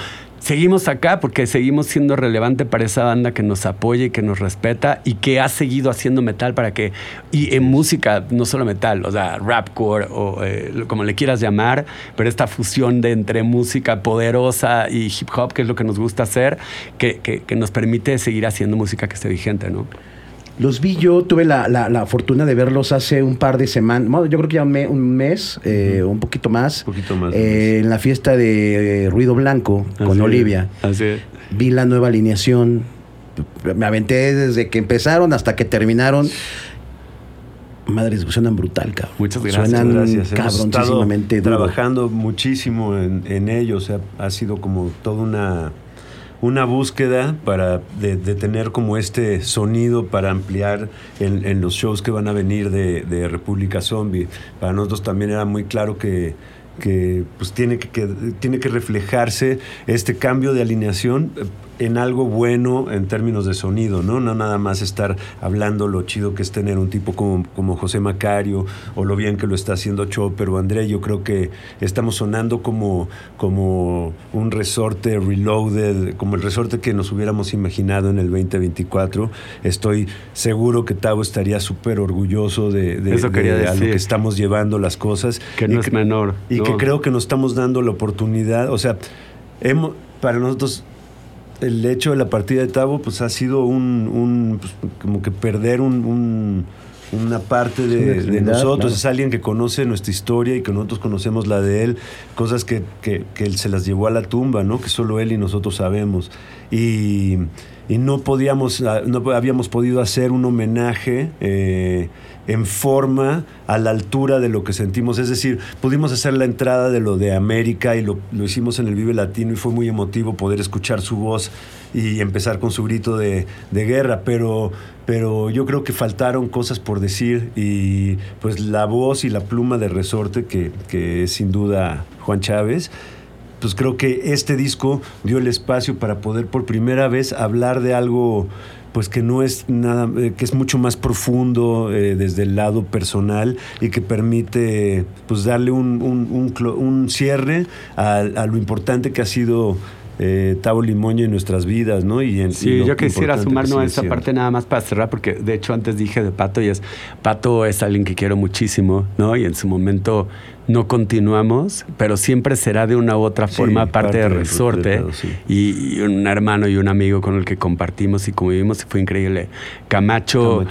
seguimos acá porque seguimos siendo relevante para esa banda que nos apoya y que nos respeta y que ha seguido haciendo metal y en música, no solo metal, o sea, rapcore o como le quieras llamar, pero esta fusión de entre música poderosa y hip hop, que es lo que nos gusta hacer, que nos permite seguir haciendo música que esté vigente, ¿no? Los vi yo, tuve la fortuna de verlos hace un par de semanas, bueno, yo creo que ya un mes, un poquito más. En la fiesta de Ruido Blanco con Olivia. Así es. Vi la nueva alineación, me aventé desde que empezaron hasta que terminaron. Madres, suenan brutal, cabrón. Muchas gracias. Suenan cabroncísimamente duro. Trabajando muchísimo en ello, o sea, ha sido como toda una búsqueda de tener como este sonido para ampliar en los shows que van a venir de República Zombie. Para nosotros también era muy claro que pues tiene que reflejarse este cambio de alineación en algo bueno en términos de sonido, ¿no? No nada más estar hablando lo chido que es tener un tipo como José Macario o lo bien que lo está haciendo Chopper o André. Yo creo que estamos sonando como un Resorte reloaded, como el Resorte que nos hubiéramos imaginado en el 2024. Estoy seguro que Tavo estaría súper orgulloso de a lo que estamos llevando las cosas. Que no es menor. Y que creo que nos estamos dando la oportunidad, o sea, para nosotros el hecho de la partida de Tavo pues ha sido pues, como que perder una parte de nosotros, claro. Es alguien que conoce nuestra historia y que nosotros conocemos la de él, cosas que él se las llevó a la tumba, ¿no? Que solo él y nosotros sabemos. Y no habíamos podido hacer un homenaje en forma a la altura de lo que sentimos. Es decir, pudimos hacer la entrada de lo de América y lo hicimos en el Vive Latino y fue muy emotivo poder escuchar su voz y empezar con su grito de guerra, pero yo creo que faltaron cosas por decir y pues la voz y la pluma de Resorte, que es sin duda Juan Chávez. Pues creo que este disco dio el espacio para poder por primera vez hablar de algo pues que no es nada, que es mucho más profundo desde el lado personal y que permite pues darle un cierre a lo importante que ha sido Tavo Limonyo en nuestras vidas, ¿no? Yo quisiera sumarnos a esa parte nada más para cerrar, porque de hecho antes dije de Pato Pato es alguien que quiero muchísimo, ¿no? Y en su momento no continuamos, pero siempre será de una u otra forma parte de Resorte, y un hermano y un amigo con el que compartimos y convivimos y fue increíble. Camacho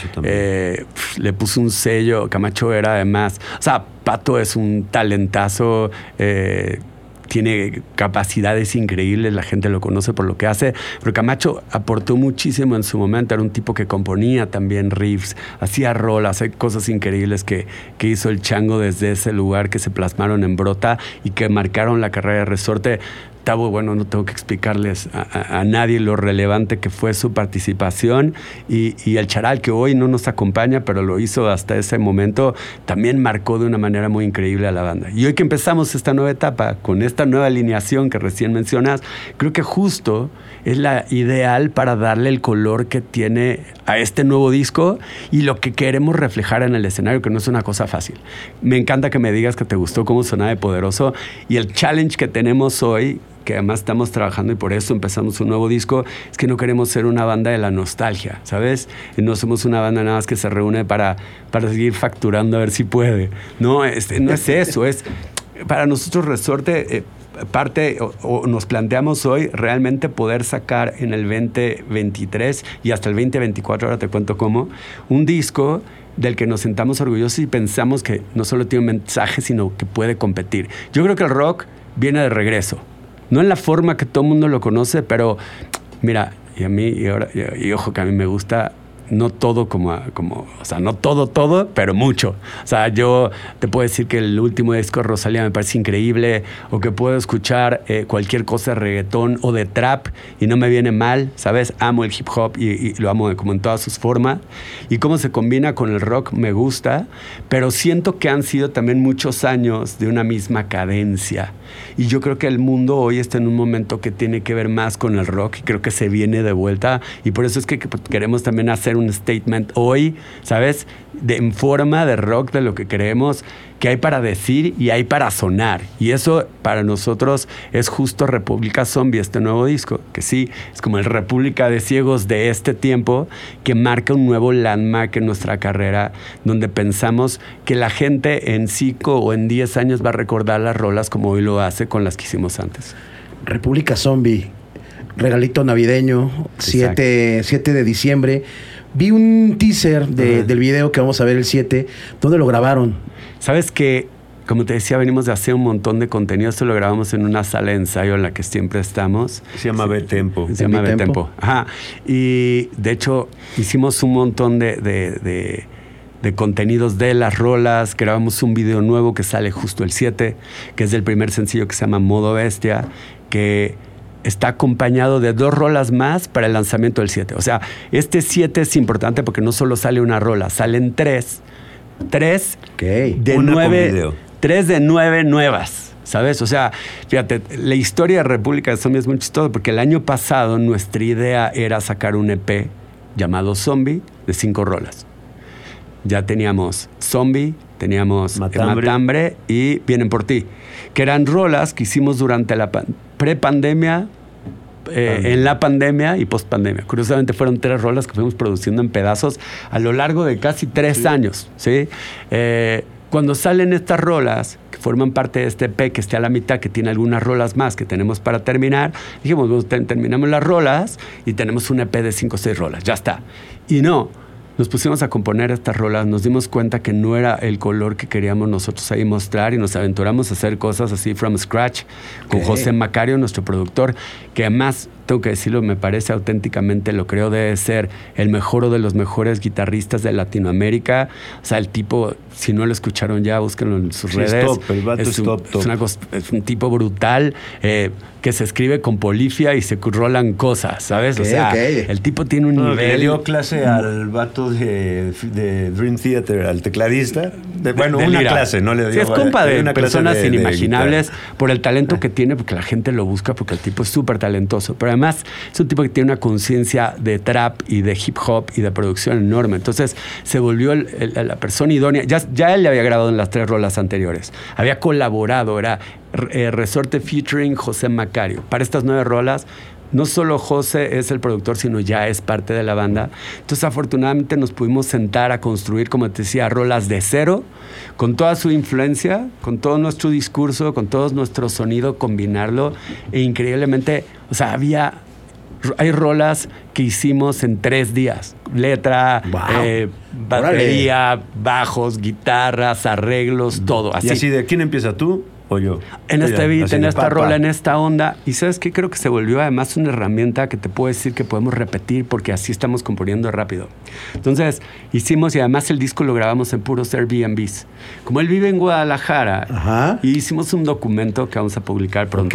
le puso un sello. Camacho era además, o sea, Pato es un talentazo, tiene capacidades increíbles, la gente lo conoce por lo que hace, pero Camacho aportó muchísimo en su momento, era un tipo que componía también riffs, hacía rolas, hay cosas increíbles que hizo el Chango desde ese lugar que se plasmaron en Brota y que marcaron la carrera de Resorte. Tavo, bueno, no tengo que explicarles a nadie lo relevante que fue su participación y el Charal, que hoy no nos acompaña, pero lo hizo hasta ese momento, también marcó de una manera muy increíble a la banda. Y hoy que empezamos esta nueva etapa, con esta nueva alineación que recién mencionas, creo que justo es la ideal para darle el color que tiene a este nuevo disco y lo que queremos reflejar en el escenario, que no es una cosa fácil. Me encanta que me digas que te gustó cómo sonaba de poderoso, y el challenge que tenemos hoy, que además estamos trabajando y por eso empezamos un nuevo disco, es que no queremos ser una banda de la nostalgia, ¿sabes? No somos una banda nada más que se reúne para seguir facturando a ver si puede. No, no es eso, es para nosotros Resorte parte o nos planteamos hoy realmente poder sacar en el 2023 y hasta el 2024, ahora te cuento cómo, un disco del que nos sentamos orgullosos y pensamos que no solo tiene un mensaje, sino que puede competir. Yo creo que el rock viene de regreso. No en la forma que todo el mundo lo conoce, pero mira, y ojo que a mí me gusta no todo como, o sea, no todo, pero mucho. O sea, yo te puedo decir que el último disco de Rosalía me parece increíble, o que puedo escuchar cualquier cosa de reggaetón o de trap y no me viene mal, ¿sabes? Amo el hip hop y lo amo como en todas sus formas. Y cómo se combina con el rock me gusta, pero siento que han sido también muchos años de una misma cadencia. Y yo creo que el mundo hoy está en un momento que tiene que ver más con el rock y creo que se viene de vuelta. Y por eso es que queremos también hacer un statement hoy, ¿sabes? en forma de rock de lo que creemos que hay para decir y hay para sonar. Y eso para nosotros es justo República Zombie, este nuevo disco, que sí, es como el República de Ciegos de este tiempo, que marca un nuevo landmark en nuestra carrera, donde pensamos que la gente en 5 o en 10 años va a recordar las rolas como hoy lo hace con las que hicimos antes. República Zombie, regalito navideño, 7 de diciembre. Vi un teaser del video que vamos a ver el 7. ¿Dónde lo grabaron? Sabes que, como te decía, venimos de hacer un montón de contenido. Esto lo grabamos en una sala de ensayo en la que siempre estamos. Se llama B-Tempo. Se llama B-Tempo. Ajá. Y de hecho hicimos un montón de contenidos de las rolas. Grabamos un video nuevo que sale justo el 7, que es del primer sencillo que se llama Modo Bestia, que está acompañado de 2 rolas más para el lanzamiento del 7. O sea, este 7 es importante porque no solo sale una rola, salen 3 de 9. 3 de 9 nuevas, ¿sabes? O sea, fíjate, la historia de República de Zombie es muy chistosa porque el año pasado nuestra idea era sacar un EP llamado Zombie de 5 rolas. Ya teníamos Zombie, teníamos Matambre y Vienen por ti, que eran rolas que hicimos durante la prepandemia, en la pandemia y postpandemia. Curiosamente fueron 3 rolas que fuimos produciendo en pedazos a lo largo de casi 3 años, ¿sí? Cuando salen estas rolas, que forman parte de este EP que está a la mitad, que tiene algunas rolas más que tenemos para terminar, dijimos, bueno, terminamos las rolas y tenemos un EP de 5 o 6 rolas, ya está. Y no, nos pusimos a componer estas rolas, nos dimos cuenta que no era el color que queríamos nosotros ahí mostrar y nos aventuramos a hacer cosas así from scratch con José Macario, nuestro productor, que además, tengo que decirlo, me parece auténticamente, lo creo, debe ser el mejor o de los mejores guitarristas de Latinoamérica. O sea, el tipo, si no lo escucharon ya, búsquenlo en sus redes. El vato es un tipo brutal, que se escribe con polifia y se rolan cosas, ¿sabes? O sea, el tipo tiene un nivel... Le dio clase al vato de Dream Theater, al tecladista. Una clase, no le dio... Sí, es compa de personas inimaginables por el talento que tiene, porque la gente lo busca, porque el tipo es súper talentoso. Pero además es un tipo que tiene una conciencia de trap y de hip hop y de producción enorme. Entonces se volvió la persona idónea. Ya él le había grabado en las 3 rolas anteriores. Había colaborado, era Resorte featuring José Macario. Para estas 9 rolas, no solo José es el productor, sino ya es parte de la banda. Entonces, afortunadamente, nos pudimos sentar a construir, como te decía, rolas de cero, con toda su influencia, con todo nuestro discurso, con todo nuestro sonido, combinarlo. E increíblemente, o sea, hay rolas que hicimos en 3 días. Letra, batería, bajos, guitarras, arreglos, todo. Así. Y así de, ¿quién empieza, tú o yo? En este beat, en esta rola, en esta onda. Y ¿sabes qué? Creo que se volvió además una herramienta que te puedo decir que podemos repetir porque así estamos componiendo rápido. Entonces, hicimos, y además el disco lo grabamos en puros Airbnbs. Como él vive en Guadalajara, y hicimos un documento que vamos a publicar pronto.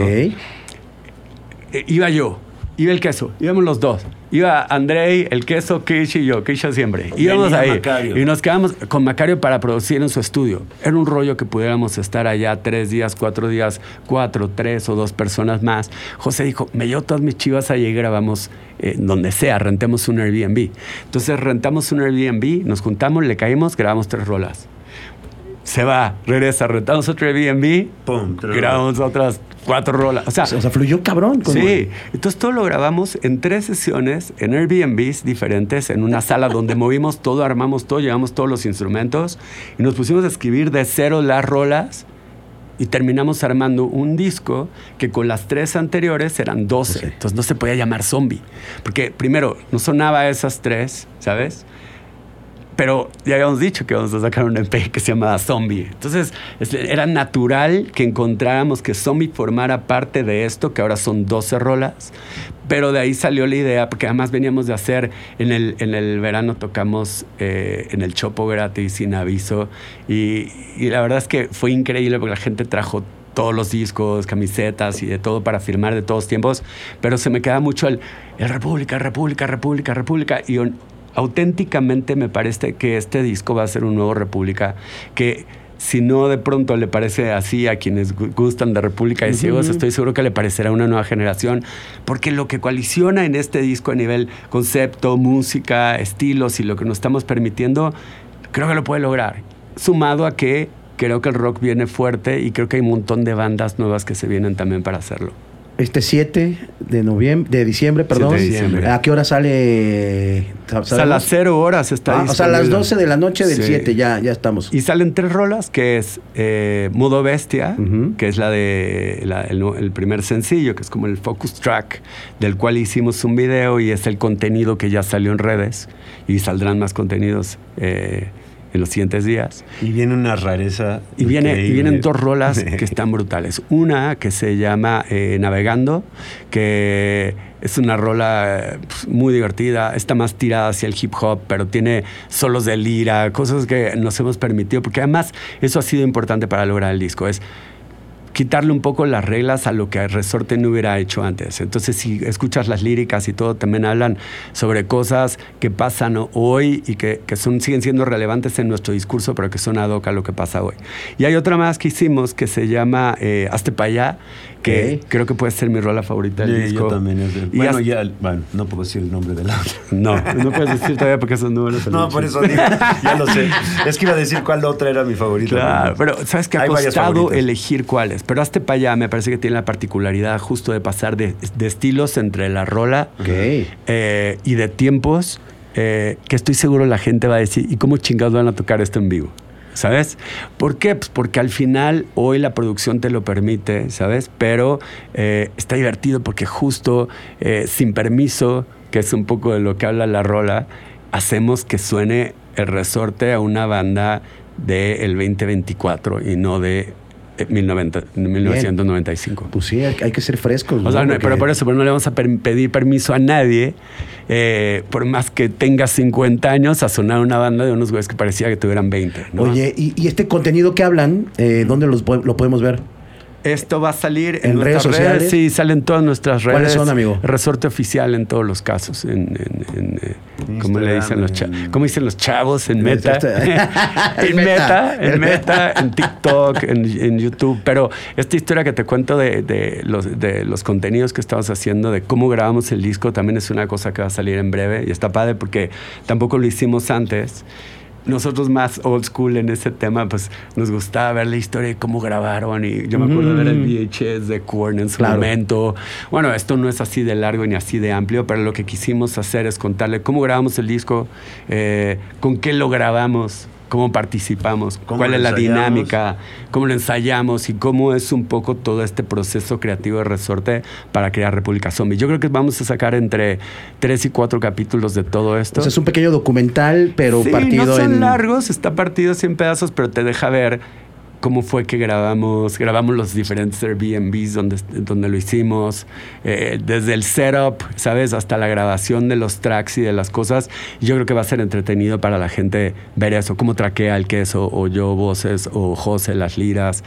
Iba yo, iba el queso, íbamos los 2. Iba Andrei, el queso, Kish y yo, Kisha siempre. Íbamos ahí Macario. Y nos quedamos con Macario para producir en su estudio. Era un rollo que pudiéramos estar allá 3 días, 4 días, 4, 3 o 2 personas más. José dijo, me llevo todas mis chivas allí y grabamos donde sea, rentemos un Airbnb. Entonces rentamos un Airbnb, nos juntamos, le caímos, grabamos 3 rolas. Se va, regresa, rentamos otro Airbnb, grabamos otras 4 rolas. O sea, fluyó cabrón. Sí. Entonces todo lo grabamos en 3 sesiones, en Airbnbs diferentes, en una sala donde movimos todo, armamos todo, llevamos todos los instrumentos y nos pusimos a escribir de cero las rolas y terminamos armando un disco que con las 3 anteriores eran 12. Entonces no se podía llamar Zombie. Porque primero, no sonaba esas 3, ¿sabes? Pero ya habíamos dicho que vamos a sacar un EP que se llamaba Zombie. Entonces, era natural que encontráramos que Zombie formara parte de esto, que ahora son 12 rolas. Pero de ahí salió la idea, porque además veníamos de hacer, en el verano tocamos en el Chopo gratis, sin aviso. Y la verdad es que fue increíble, porque la gente trajo todos los discos, camisetas y de todo para firmar de todos tiempos. Pero se me queda mucho el República, República, República, República. Y auténticamente me parece que este disco va a ser un nuevo República, que si no de pronto le parece así a quienes gustan de República de Ciegos, estoy seguro que le parecerá a una nueva generación, porque lo que coaliciona en este disco a nivel concepto, música, estilos y lo que nos estamos permitiendo, creo que lo puede lograr. Sumado a que creo que el rock viene fuerte y creo que hay un montón de bandas nuevas que se vienen también para hacerlo. Este 7 de diciembre, perdón. 7 de diciembre. ¿A qué hora sale? O sea, a las 0 horas está o sea, a las 12 de la noche del Sí. 7, ya estamos. Y salen 3 rolas, que es Modo Bestia, que es el primer sencillo, que es como el focus track, del cual hicimos un video y es el contenido que ya salió en redes y saldrán más contenidos en los siguientes días. Y viene una rareza. Y vienen 2 rolas que están brutales. Una que se llama Navegando, que es una rola muy divertida, está más tirada hacia el hip hop, pero tiene solos de lira, cosas que nos hemos permitido, porque además eso ha sido importante para lograr el disco, es quitarle un poco las reglas a lo que el Resorte no hubiera hecho antes. Entonces, si escuchas las líricas y todo, también hablan sobre cosas que pasan hoy y que siguen siendo relevantes en nuestro discurso, pero que son ad hoc a lo que pasa hoy. Y hay otra más que hicimos que se llama Hazte pa' allá, que creo que puede ser mi rola favorita del disco. Yo también. No puedo decir el nombre de la otra. No puedes decir todavía porque esos números. No, por eso digo, ya lo sé. Es que iba a decir cuál otra era mi favorita. Claro, pero sabes que ha costado elegir cuáles. Pero Hazte pa' allá me parece que tiene la particularidad justo de pasar de estilos entre la rola y de tiempos que estoy seguro la gente va a decir, ¿y cómo chingados van a tocar esto en vivo? ¿Sabes? ¿Por qué? Pues porque al final hoy la producción te lo permite, ¿sabes? Pero está divertido porque justo sin permiso, que es un poco de lo que habla la rola, hacemos que suene el Resorte a una banda del 2024 y no de 1995. Pues sí, hay que ser frescos. O sea, no, pero por eso no le vamos a pedir permiso a nadie, por más que tenga 50 años, a sonar una banda de unos güeyes que parecía que tuvieran 20. ¿no? Oye, ¿y este contenido que hablan, dónde lo podemos ver? Esto va a salir en redes sociales. Sí, salen todas nuestras redes. ¿Cuáles son, amigo? Resorte Oficial en todos los casos. ¿Cómo le dicen ¿Cómo dicen los chavos? En Meta. En Meta, en TikTok, en YouTube. Pero esta historia que te cuento de los contenidos que estamos haciendo, de cómo grabamos el disco, también es una cosa que va a salir en breve. Y está padre porque tampoco lo hicimos antes. Nosotros más old school en ese tema, pues nos gustaba ver la historia de cómo grabaron y yo me acuerdo de ver el VHS de Korn en su momento. Bueno, esto no es así de largo ni así de amplio, pero lo que quisimos hacer es contarle cómo grabamos el disco, con qué lo grabamos, cómo participamos, cuál es la dinámica, cómo lo ensayamos y cómo es un poco todo este proceso creativo de Resorte para crear República Zombie. Yo creo que vamos a sacar entre 3 y 4 capítulos de todo esto. O sea, es un pequeño documental, pero partido no son largos, está partido 100 pedazos, pero te deja ver cómo fue que grabamos los diferentes Airbnbs donde lo hicimos, desde el setup, ¿sabes? Hasta la grabación de los tracks y de las cosas. Y yo creo que va a ser entretenido para la gente ver eso, cómo traquea el queso, o yo voces, o José las liras,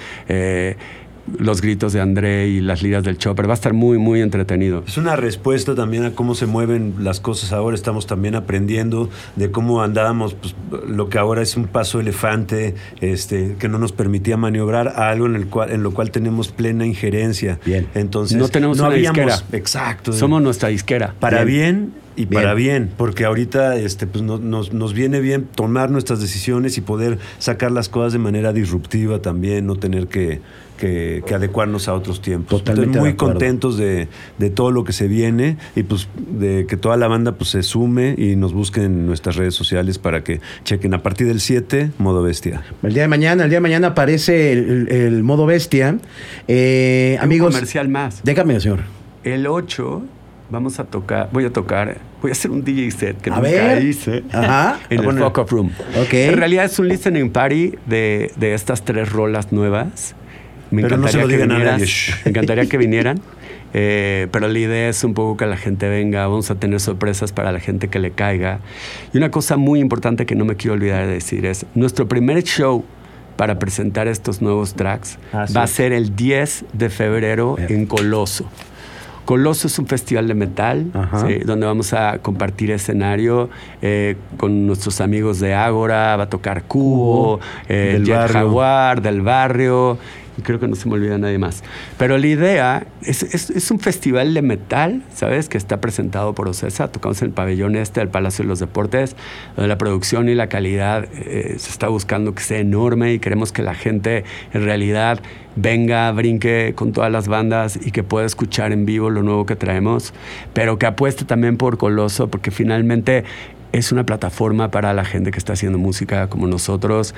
los gritos de André y las liras del Chopper. Va a estar muy, muy entretenido. Es una respuesta también a cómo se mueven las cosas ahora. Estamos también aprendiendo de cómo andábamos, pues, lo que ahora es un paso elefante, que no nos permitía maniobrar, a algo en lo cual tenemos plena injerencia. Bien. Entonces, no tenemos una disquera. Exacto. Somos nuestra disquera. Para bien y para bien, porque ahorita pues nos viene bien tomar nuestras decisiones y poder sacar las cosas de manera disruptiva también, no tener que adecuarnos a otros tiempos. Totalmente. Entonces, muy contentos de todo lo que se viene y pues de que toda la banda pues se sume y nos busquen en nuestras redes sociales para que chequen a partir del 7, Modo Bestia. El día de mañana aparece el Modo Bestia. Amigos, un comercial más. Déjame, señor. El 8 voy a hacer un DJ set que nunca hice en el Fuck Up Room. Okay. En realidad es un listening party de estas 3 rolas nuevas. Pero no se lo digan a nadie. Me encantaría que vinieran. Pero la idea es un poco que la gente venga. Vamos a tener sorpresas para la gente que le caiga. Y una cosa muy importante que no me quiero olvidar de decir es nuestro primer show para presentar estos nuevos tracks va a ser el 10 de febrero en Coloso. Coloso es un festival de metal, ¿sí? Donde vamos a compartir escenario con nuestros amigos de Ágora. Va a tocar Cubo, Jet Jaguar, del Barrio. y creo que no se me olvida nadie más. Pero la idea es un festival de metal, ¿sabes? Que está presentado por Ocesa. Tocamos en el pabellón del Palacio de los Deportes, donde la producción y la calidad se está buscando que sea enorme, y queremos que la gente en realidad venga, brinque con todas las bandas y que pueda escuchar en vivo lo nuevo que traemos, pero que apueste también por Coloso, porque finalmente es una plataforma para la gente que está haciendo música como nosotros,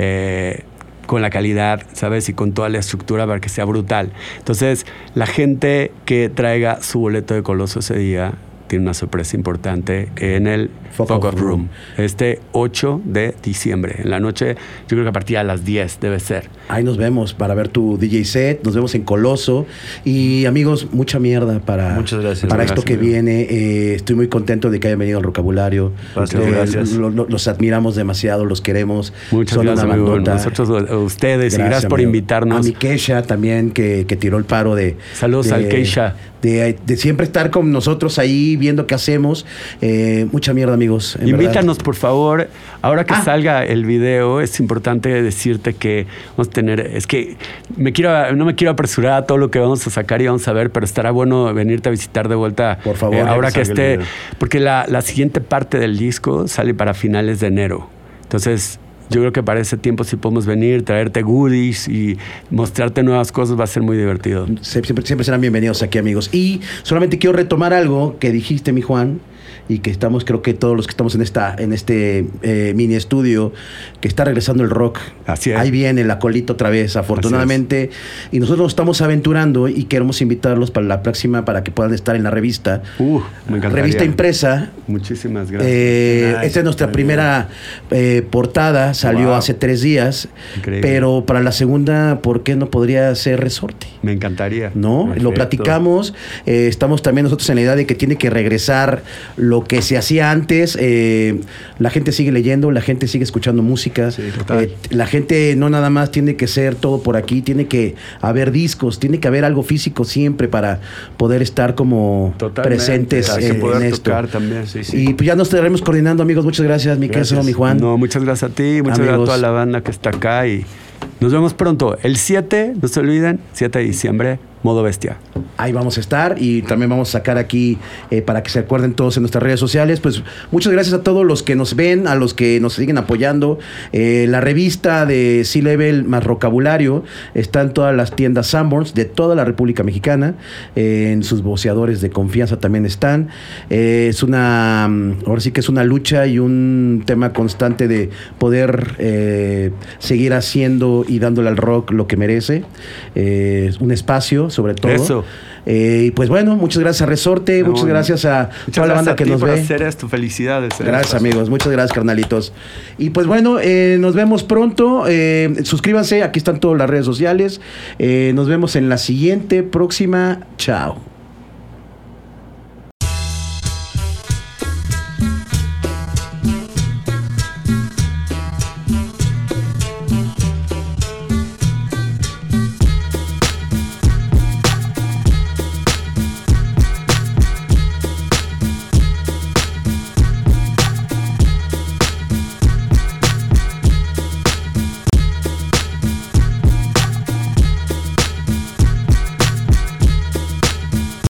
con la calidad, ¿sabes? Y con toda la estructura para que sea brutal. Entonces, la gente que traiga su boleto de Coloso ese día tiene una sorpresa importante en el Fuck Off Room. 8 de diciembre. En la noche, yo creo que a partir de las 10 debe ser. Ahí nos vemos para ver tu DJ set. Nos vemos en Coloso. Y amigos, mucha mierda para, muchas gracias, para esto que amigo. viene. Estoy muy contento de que hayan venido al Vocabulario. Gracias. Los admiramos demasiado, los queremos. Muchas Son gracias, una amigo. bandota. Nosotros a ustedes, y gracias por amigo. invitarnos. A mi Keisha también, que tiró el paro de... Saludos al Keisha. De siempre estar con nosotros ahí viendo qué hacemos. Mucha mierda, amigos. Invítanos, por favor. Ahora que salga el video, es importante decirte que vamos a tener... Es que no me quiero apresurar a todo lo que vamos a sacar y vamos a ver, pero estará bueno venirte a visitar de vuelta. Por favor. Ahora que esté... Porque la siguiente parte del disco sale para finales de enero. Entonces... Yo creo que para ese tiempo si podemos venir, traerte goodies y mostrarte nuevas cosas, va a ser muy divertido. Siempre serán bienvenidos aquí, amigos. Y solamente quiero retomar algo que dijiste, mi Juan, y que estamos, creo que todos los que estamos en este mini estudio, que está regresando el rock. Así es. Ahí viene la colita otra vez, afortunadamente. Y nosotros nos estamos aventurando y queremos invitarlos para la próxima, para que puedan estar en la revista. Me encantaría. Revista impresa. Muchísimas gracias. Esta es nuestra primera portada, salió hace 3 días. Increíble. Pero para la segunda, ¿por qué no podría ser Resorte? Me encantaría. ¿No? Perfecto. Lo platicamos. Estamos también nosotros en la idea de que tiene que regresar lo que se hacía antes. La gente sigue leyendo, la gente sigue escuchando música. Sí, total. La gente no nada más tiene que ser todo por aquí, tiene que haber discos, tiene que haber algo físico siempre para poder estar como Totalmente. presentes Hay que en poder esto. tocar también. Sí. Y pues ya nos estaremos coordinando, amigos. Muchas gracias, mi queso, mi Juan. No, muchas gracias a ti, muchas gracias a toda la banda que está acá y nos vemos pronto. El 7, no se olviden, 7 de diciembre, Modo Bestia. Ahí vamos a estar y también vamos a sacar aquí para que se acuerden todos en nuestras redes sociales. Pues muchas gracias a todos los que nos ven, a los que nos siguen apoyando. La revista de C-Level más Vocabulario está en todas las tiendas Sanborns de toda la República Mexicana. En sus voceadores de confianza también están. Ahora sí que es una lucha y un tema constante de poder seguir haciendo y dándole al rock lo que merece. Un espacio, sobre todo. Eso. Y pues bueno, muchas gracias a Resorte, muchas gracias a toda la banda que nos por ve. hacer esto, felicidades. Gracias, amigos, muchas gracias, carnalitos. Y pues bueno, nos vemos pronto. Suscríbanse, aquí están todas las redes sociales. Nos vemos en la siguiente, próxima. Chao.